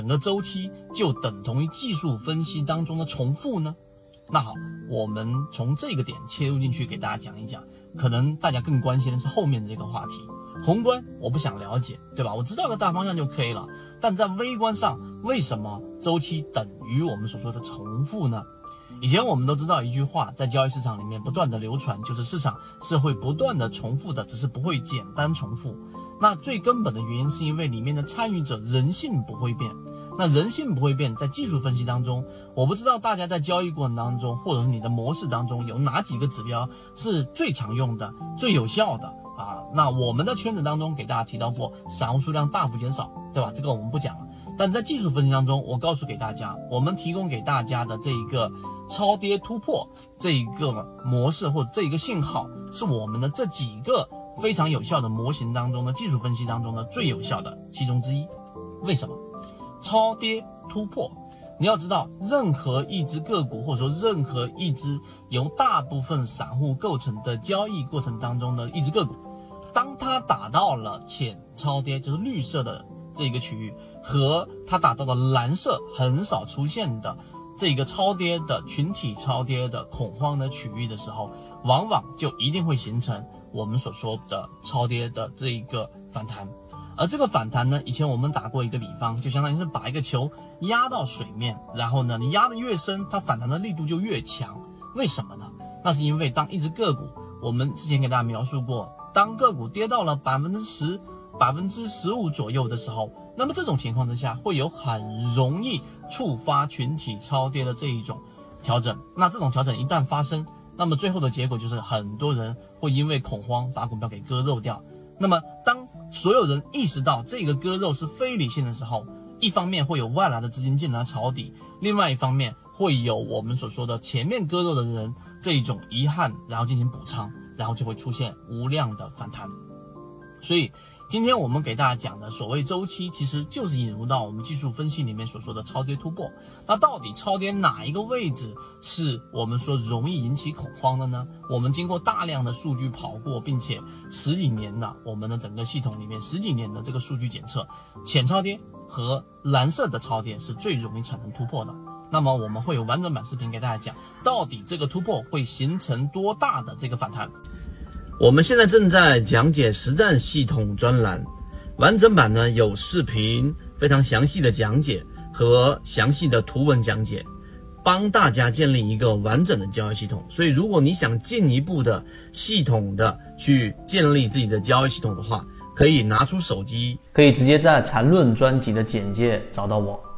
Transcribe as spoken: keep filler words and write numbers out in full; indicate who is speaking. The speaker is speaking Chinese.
Speaker 1: 整个周期就等同于技术分析当中的重复呢？那好，我们从这个点切入进去给大家讲一讲，可能大家更关心的是后面这个话题。宏观我不想了解，对吧？我知道个大方向就可以了。但在微观上，为什么周期等于我们所说的重复呢？以前我们都知道一句话，在交易市场里面不断的流传，就是市场是会不断的重复的，只是不会简单重复。那最根本的原因是因为里面的参与者人性不会变。那人性不会变，在技术分析当中，我不知道大家在交易过程当中，或者是你的模式当中，有哪几个指标是最常用的、最有效的啊？那我们的圈子当中给大家提到过，散户数量大幅减少，对吧？这个我们不讲了。但在技术分析当中，我告诉给大家，我们提供给大家的这一个超跌突破这一个模式或者这一个信号，是我们的这几个非常有效的模型当中的技术分析当中的最有效的其中之一。为什么？超跌突破，你要知道，任何一只个股或者说任何一只由大部分散户构成的交易过程当中的一只个股，当它打到了浅超跌，就是绿色的这个区域，和它打到了蓝色很少出现的这个超跌的群体超跌的恐慌的区域的时候，往往就一定会形成我们所说的超跌的这一个反弹。而这个反弹呢，以前我们打过一个比方，就相当于是把一个球压到水面，然后呢，你压得越深，它反弹的力度就越强。为什么呢？那是因为当一只个股，我们之前给大家描述过，当个股跌到了百分之十、百分之十五左右的时候，那么这种情况之下，会有很容易触发群体超跌的这一种调整。那这种调整一旦发生，那么最后的结果就是很多人会因为恐慌把股票给割肉掉。那么当所有人意识到这个割肉是非理性的时候，一方面会有外来的资金进来抄底，另外一方面会有我们所说的前面割肉的人这一种遗憾，然后进行补仓，然后就会出现无量的反弹。所以今天我们给大家讲的所谓周期，其实就是引入到我们技术分析里面所说的超跌突破。那到底超跌哪一个位置是我们说容易引起恐慌的呢？我们经过大量的数据跑过，并且十几年的我们的整个系统里面十几年的这个数据检测，浅超跌和蓝色的超跌是最容易产生突破的。那么我们会有完整版视频给大家讲，到底这个突破会形成多大的这个反弹。我们现在正在讲解实战系统专栏，完整版呢有视频非常详细的讲解和详细的图文讲解，帮大家建立一个完整的交易系统。所以如果你想进一步的系统的去建立自己的交易系统的话，可以拿出手机，
Speaker 2: 可以直接在缠论专辑的简介找到我。